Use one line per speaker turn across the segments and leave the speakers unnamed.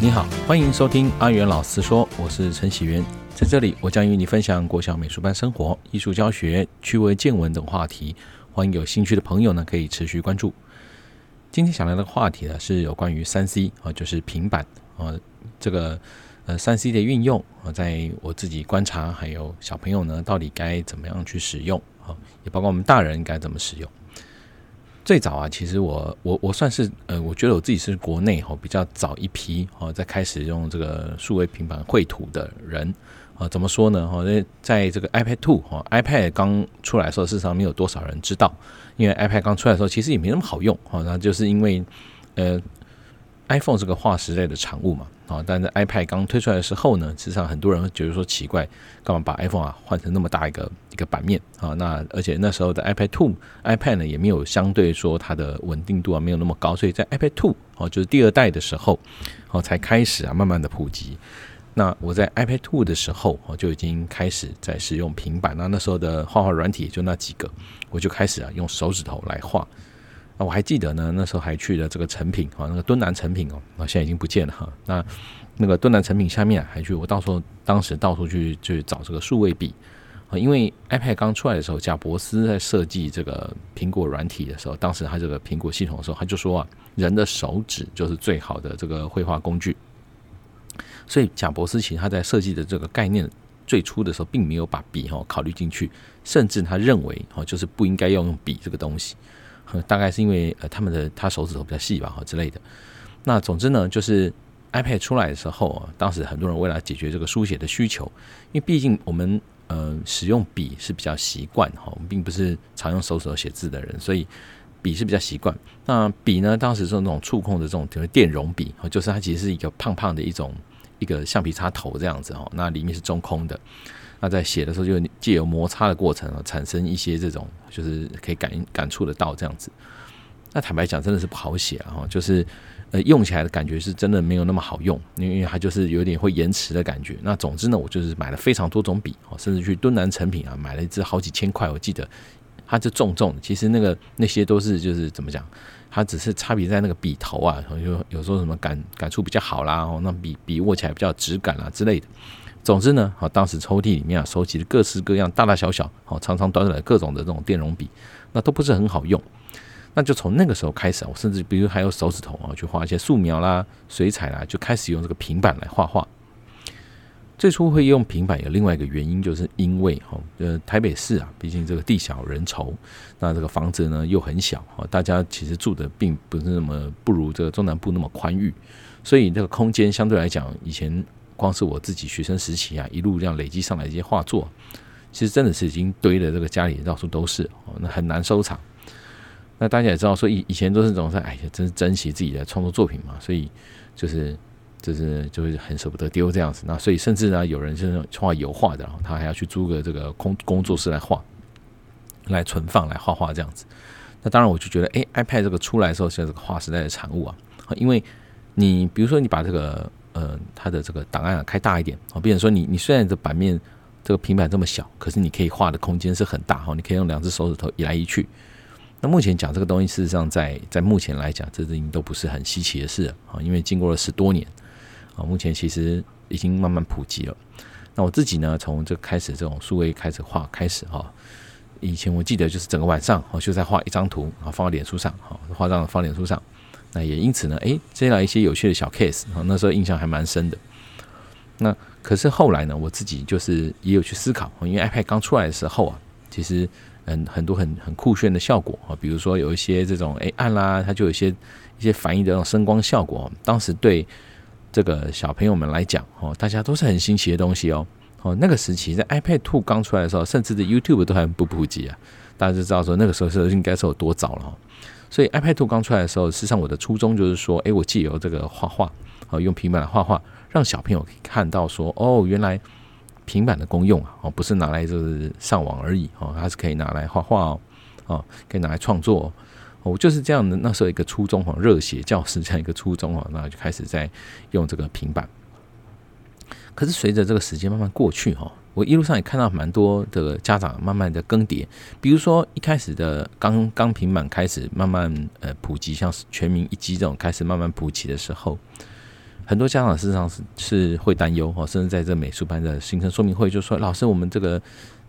你好，欢迎收听阿元老师说，我是陈喜元，在这里我将与你分享国小美术班生活、艺术教学、趣味见闻等话题，欢迎有兴趣的朋友呢可以持续关注。今天想聊的话题呢是有关于 3C 就是平板这个3C 的运用在我自己观察，还有小朋友呢到底该怎么样去使用也包括我们大人该怎么使用。最早其实我算是我觉得我自己是国内比较早一批在开始用这个数位平板绘图的人怎么说呢在这个 iPad 2 iPad 刚出来的时候，事实上没有多少人知道，因为 iPad 刚出来的时候其实也没那么好用那就是因为iPhone 是个划时代的产物嘛但是 iPad 刚推出来的时候呢，事实上很多人会觉得说奇怪，干嘛把 iPhone 换成那么大一个版面那而且那时候的 iPad 2 呢也没有相对说它的稳定度没有那么高，所以在 iPad 2就是第二代的时候才开始慢慢的普及。那我在 iPad 2的时候就已经开始在使用平板，那时候的画画软体也就那几个，我就开始用手指头来画。我还记得呢，那时候还去了这个成品那个敦南成品现在已经不见了那个敦南成品下面还去，我当时到处去找这个数位笔因为 iPad 刚出来的时候，贾伯斯在设计这个苹果软体的时候，当时他这个苹果系统的时候，他就说人的手指就是最好的这个绘画工具。所以贾伯斯其实他在设计的这个概念最初的时候，并没有把笔考虑进去，甚至他认为就是不应该要用笔这个东西。大概是因为他手指头比较细吧之类的。那总之呢，就是 iPad 出来的时候当时很多人为了解决这个书写的需求，因为毕竟我们使用笔是比较习惯我们并不是常用手指头写字的人，所以笔是比较习惯。那笔呢，当时是那种触控的这种电容笔就是它其实是一个胖胖的一个橡皮擦头这样子那里面是中空的。那在写的时候就藉由摩擦的过程产生一些这种就是可以感触得到这样子。那坦白讲真的是不好写就是用起来的感觉是真的没有那么好用，因为它就是有点会延迟的感觉。那总之呢，我就是买了非常多种笔甚至去敦南成品买了一支好几千块，我记得它是重的，其实那些都是就是怎么讲，它只是差别在那个笔头有时候什么感触比较好啦那笔握起来比较有质感啦之类的。总之呢当时抽屉里面收集了各式各样大大小小长长短短的各种的这种电容笔，那都不是很好用。那就从那个时候开始我甚至比如还有手指头去画一些素描啦水彩啦，就开始用这个平板来画画。最初会用平板有另外一个原因，就是因为台北市毕竟这个地小人稠，那这个房子呢又很小大家其实住的并不是不如这个中南部那么宽裕，所以这个空间相对来讲，以前光是我自己学生时期一路这样累积上来的一些画作，其实真的是已经堆的这个家里到处都是那很难收藏。那大家也知道说以前都是这种真是珍惜自己的创作作品嘛，所以就是很舍不得丢这样子。那所以甚至呢有人是画油画的他还要去租个这个工作室来画，来存放来画画这样子。那当然我就觉得iPad 这个出来的时候是这个划时代的产物因为你比如说你把这个它的这个档案开大一点比如说你虽然这版面这个平板这么小，可是你可以画的空间是很大你可以用两只手指头移来移去。那目前讲这个东西，事实上在目前来讲，这已经都不是很稀奇的事了因为经过了10多年目前其实已经慢慢普及了。那我自己呢，从这开始这种数位开始画开始以前我记得就是整个晚上就在画一张图放到脸书上画上放脸书上。那也因此呢接下来一些有趣的小 case 那时候印象还蛮深的。那可是后来呢，我自己就是也有去思考因为 iPad 刚出来的时候其实很多很酷炫的效果比如说有一些这种按啦，它就有一些反应的那种声光效果当时对这个小朋友们来讲大家都是很新奇的东西那个时期在 iPad 2刚出来的时候，甚至的 YouTube 都还不普及大家就知道说那个时候应该是有多早了所以 iPad 2刚出来的时候，事实上我的初衷就是说我借由这个画画用平板来画画，让小朋友可以看到说原来平板的功用不是拿来就是上网而已它是可以拿来画画可以拿来创作我就是这样的，那时候一个初衷热血教师这样一个初衷那就开始在用这个平板。可是随着这个时间慢慢过去我一路上也看到蛮多的家长慢慢的更迭，比如说一开始的刚平板开始慢慢普及，像全民一机这种开始慢慢普及的时候， 很多家长事实上是会担忧甚至在这美术班的行程说明会就说，老师，我们这个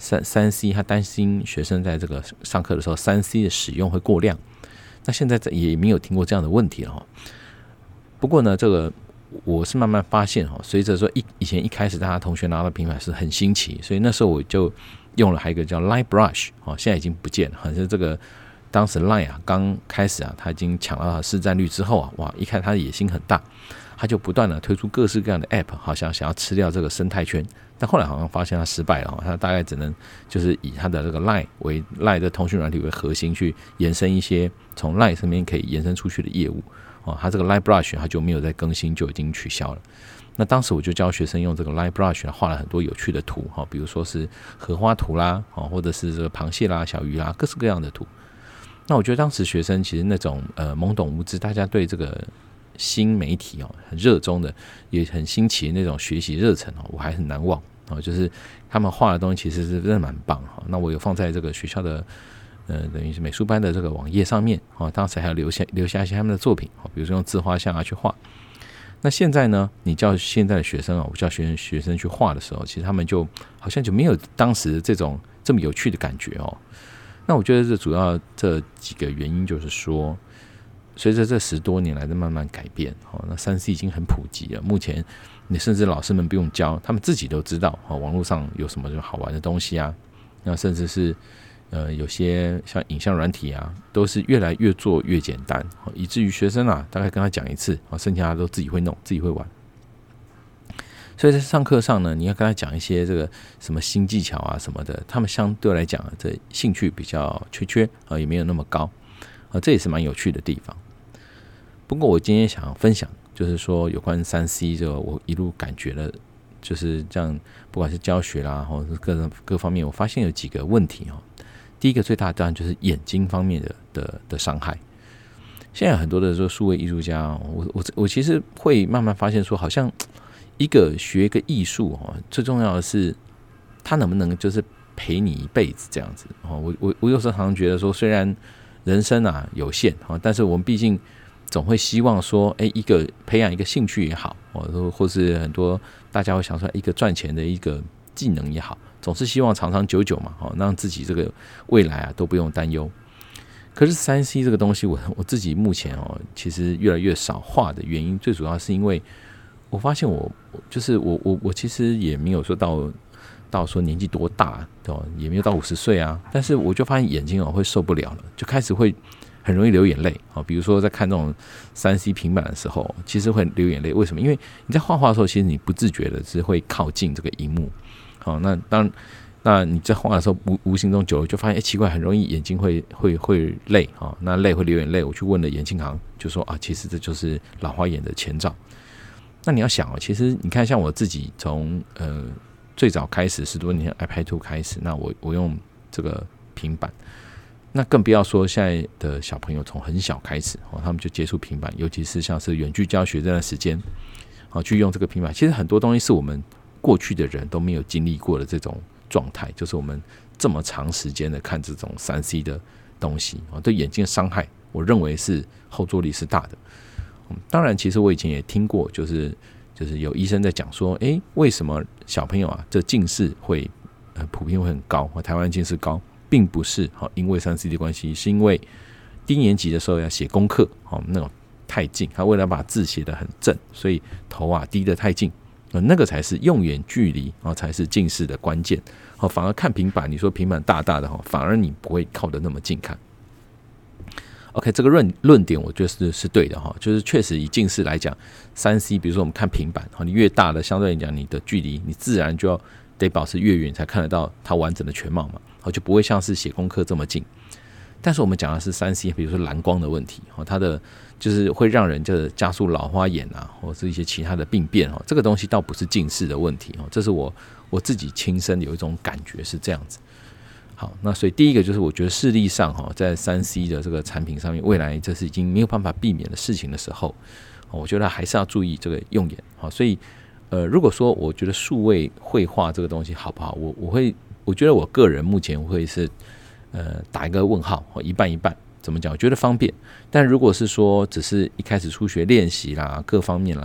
3C 他担心学生在这个上课的时候3C 的使用会过量。那现在也没有听过这样的问题了不过呢，这个我是慢慢发现随着说以前一开始大家同学拿到平板是很新奇，所以那时候我就用了还有一个叫 Line Brush 现在已经不见了。好像这个当时 Line 刚开始他已经抢到了市占率之后哇，一看他的野心很大，他就不断的推出各式各样的 App， 好像想要吃掉这个生态圈。但后来好像发现他失败了他大概只能就是以他的这个 Line 的通讯软体为核心，去延伸一些从 Line 上面可以延伸出去的业务他这个 Line Brush 他就没有再更新，就已经取消了。那当时我就教学生用这个 Line Brush 画了很多有趣的图比如说是荷花图啦或者是这个螃蟹啦、小鱼啦，各式各样的图。那我觉得当时学生其实那种懵懂无知，大家对这个新媒体很热衷的，也很新奇的那种学习热忱我还很难忘就是他们画的东西其实是真的蛮棒那我有放在这个学校的等于是美术班的这个网页上面当时还有留下一些他们的作品比如说用自画像去画。那现在呢，你叫现在的学生我叫学生去画的时候，其实他们就好像就没有当时这么有趣的感觉那我觉得这主要这几个原因就是说，随着这10多年来的慢慢改变那 3C 已经很普及了，目前你甚至老师们不用教，他们自己都知道网络上有什么好玩的东西啊，那甚至是有些像影像软体啊，都是越来越做越简单以至于学生大概跟他讲一次剩下他都自己会弄，自己会玩。所以在上课上呢，你要跟他讲一些这个什么新技巧啊什么的，他们相对来讲这兴趣比较缺也没有那么高这也是蛮有趣的地方。不过我今天想分享就是说有关 3C 这个我一路感觉的就是这样，不管是教学啦或者是各方面，我发现有几个问题第一个最大的当然就是眼睛方面的伤害。现在有很多的数位艺术家我其实会慢慢发现说，好像学一个艺术最重要的是他能不能就是陪你一辈子这样子我有时候常常觉得说，虽然人生有限但是我们毕竟总会希望说一个培养一个兴趣也好或是很多大家会想说一个赚钱的一个技能也好，总是希望长长久久嘛让自己这个未来都不用担忧。可是 3C 这个东西我自己目前其实越来越少画的原因，最主要是因为我发现我其实也没有说到说年纪多大也没有到50岁啊，但是我就发现眼睛会受不了了，就开始会很容易流眼泪比如说在看这种 3C 平板的时候，其实会流眼泪。为什么？因为你在画画的时候，其实你不自觉的是会靠近这个荧幕那当然那你在画的时候无形中久了就发现奇怪，很容易眼睛会累那累会流眼泪。我去问了眼镜行，就说其实这就是老花眼的前兆。那你要想其实你看像我自己从最早开始10多年 iPad 2开始，那我用这个平板，那更不要说现在的小朋友从很小开始他们就接触平板，尤其是像是远距教学这段时间去用这个平板，其实很多东西是我们过去的人都没有经历过的这种状态，就是我们这么长时间的看这种 3C 的东西对眼睛的伤害，我认为是后坐力是大的。当然其实我以前也听过，就是有医生在讲说为什么小朋友这近视会普遍会很高，台湾近视高并不是因为 3C 的关系，是因为低年级的时候要写功课那种太近，他为了把字写得很正，所以头低得太近，那个才是用眼距离才是近视的关键反而看平板，你说平板大大的反而你不会靠得那么近看。OK， 这个论点我觉得是对的就是确实以近视来讲 3C 比如说我们看平板你越大的相对来讲你的距离你自然就要得保持越远才看得到它完整的全貌嘛就不会像是写功课这么近。但是我们讲的是 3C 比如说蓝光的问题它的就是会让人就加速老花眼或是一些其他的病变这个东西倒不是近视的问题这是我自己亲身有一种感觉是这样子。好，那所以第一个就是我觉得视力上在 3C 的这个产品上面，未来这是已经没有办法避免的事情的时候，我觉得还是要注意这个用眼。所以如果说我觉得数位绘画这个东西好不好，我觉得我个人目前会是打一个问号，一半一半。怎么讲？我觉得方便，但如果是说只是一开始初学练习啦，各方面啦，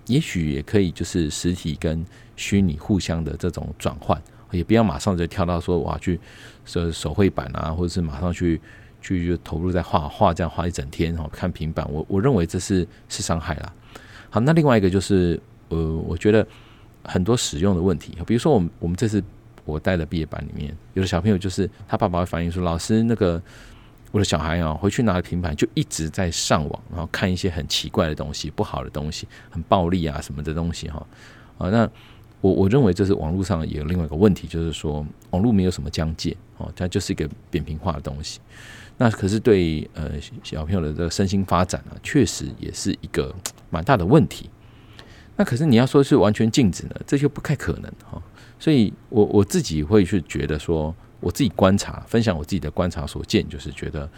也许也可以就是实体跟虚拟互相的这种转换，也不要马上就跳到说哇去手绘板啊，或者是马上去投入在画这样画一整天看平板，我认为这是伤害啦。好，那另外一个就是我觉得很多使用的问题，比如说我们这次我带的毕业班里面，有的小朋友就是他爸爸会反映说，老师那个我的小孩回去拿了平板就一直在上网，然后看一些很奇怪的东西、不好的东西、很暴力啊什么的东西那我认为这是网络上也有另外一个问题，就是说网络没有什么疆界它就是一个扁平化的东西。那可是对小朋友的这个身心发展确实也是一个蛮大的问题。那可是你要说是完全禁止呢，这就不太可能所以我自己会去觉得说，我自己观察分享我自己的观察所见，就是觉得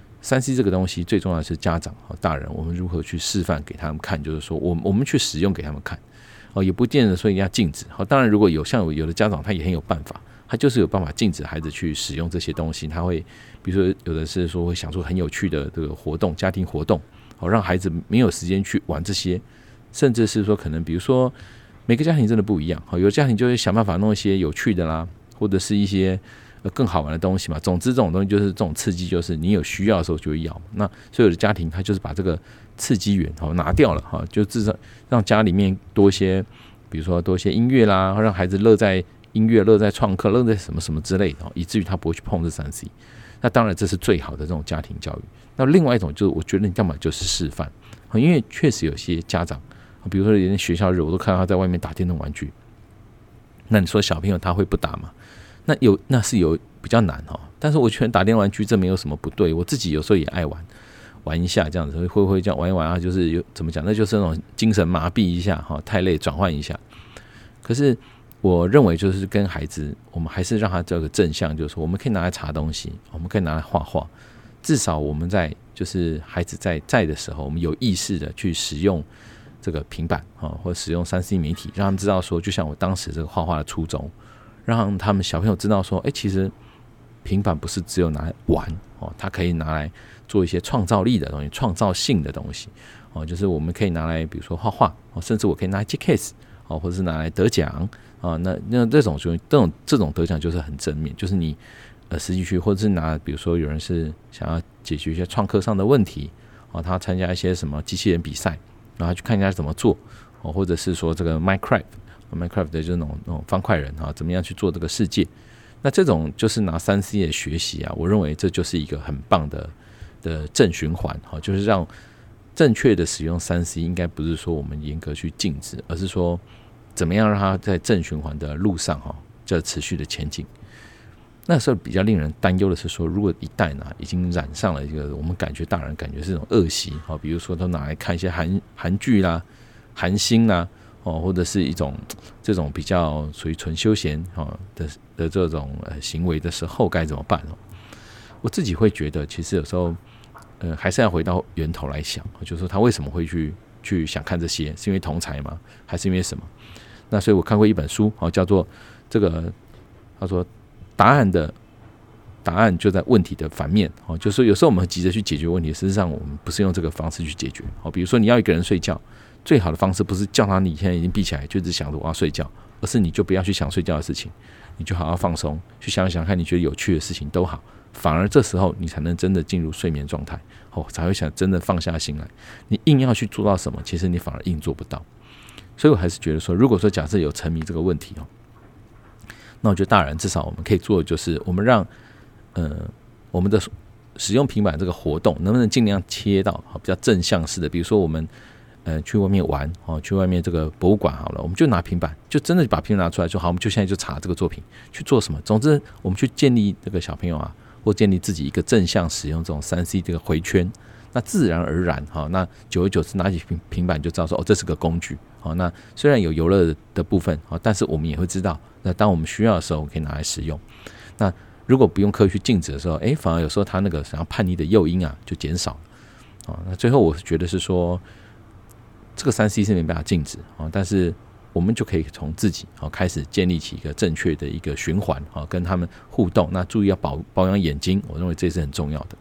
3C 这个东西最重要的是家长大人我们如何去示范给他们看，就是说我们去使用给他们看也不见得说一定要禁止当然如果有的家长他也很有办法，他就是有办法禁止孩子去使用这些东西，他会比如说有的是说会想出很有趣的这个活动，家庭活动让孩子没有时间去玩这些，甚至是说可能比如说每个家庭真的不一样有的家庭就会想办法弄一些有趣的啦，或者是一些更好玩的东西嘛。总之这种东西就是这种刺激，就是你有需要的时候就会要。那所有的家庭他就是把这个刺激源拿掉了就至少让家里面多一些，比如说多一些音乐啦，让孩子乐在音乐、乐在创客、乐在什么什么之类的以至于他不会去碰这 3C。 那当然这是最好的这种家庭教育。那另外一种就是我觉得你要么就是示范因为确实有些家长比如说连学校日我都看到他在外面打电动玩具，那你说小朋友他会不打吗？那是有比较难但是我觉得打电动玩具这没有什么不对，我自己有时候也爱玩一下这样子，会这样玩一玩就是怎么讲，那就是那种精神麻痹一下太累转换一下。可是我认为就是跟孩子我们还是让他这个正向，就是说我们可以拿来查东西，我们可以拿来画画，至少我们在就是孩子在的时候，我们有意识的去使用这个平板或使用 3C 媒体，让他们知道说，就像我当时这个画画的初衷，让他们小朋友知道说其实平板不是只有拿来玩它可以拿来做一些创造力的东西、创造性的东西就是我们可以拿来比如说画画甚至我可以拿来接 case或者是拿来得奖那这种得奖就是很正面，就是你实际去或者是拿比如说有人是想要解决一些创客上的问题他参加一些什么机器人比赛，然后去看人家怎么做或者是说这个 Minecraft 的就是那种方块人怎么样去做这个世界。那这种就是拿 3C 的学习我认为这就是一个很棒的正循环就是让正确的使用 3C 应该不是说我们严格去禁止，而是说怎么样让它在正循环的路上就持续的前进。那时候比较令人担忧的是说，如果一旦已经染上了一个我们大人感觉是这种恶习比如说都拿来看一些韩剧啦、韩星啦或者是一种这种比较属于纯休闲的这种行为的时候该怎么办我自己会觉得其实有时候还是要回到源头来想，就是说他为什么会去想看这些，是因为同侪吗？还是因为什么？那所以我看过一本书叫做这个他说答案就在问题的反面就是说有时候我们急着去解决问题，事实上我们不是用这个方式去解决比如说你要一个人睡觉，最好的方式不是叫他你现在已经闭起来就只想着我要睡觉，而是你就不要去想睡觉的事情，你就好好放松，去想想看你觉得有趣的事情都好，反而这时候你才能真的进入睡眠状态才会想真的放下心来。你硬要去做到什么，其实你反而硬做不到。所以我还是觉得说，如果说假设有沉迷这个问题那我觉得大人至少我们可以做的就是我们让我们的使用平板这个活动能不能尽量切到比较正向式的，比如说我们去外面玩去外面这个博物馆好了，我们就拿平板，就真的把平板拿出来说好，我们就现在就查这个作品去做什么。总之我们去建立这个小朋友或建立自己一个正向使用这种 3C 这个回圈，那自然而然那久而久之拿起平板就知道说这是个工具那虽然有游乐的部分但是我们也会知道，那当我们需要的时候我们可以拿来使用。那如果不用刻意去禁止的时候反而有时候他那个想要叛逆的诱因就减少了那最后我觉得是说这个 3C 是没办法禁止但是我们就可以从自己开始建立起一个正确的一个循环跟他们互动。那注意要保养眼睛，我认为这是很重要的。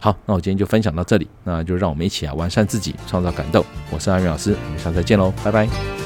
好，那我今天就分享到这里，那就让我们一起完善自己，创造感动。我是阿元老师，我们下次再见喽，拜拜。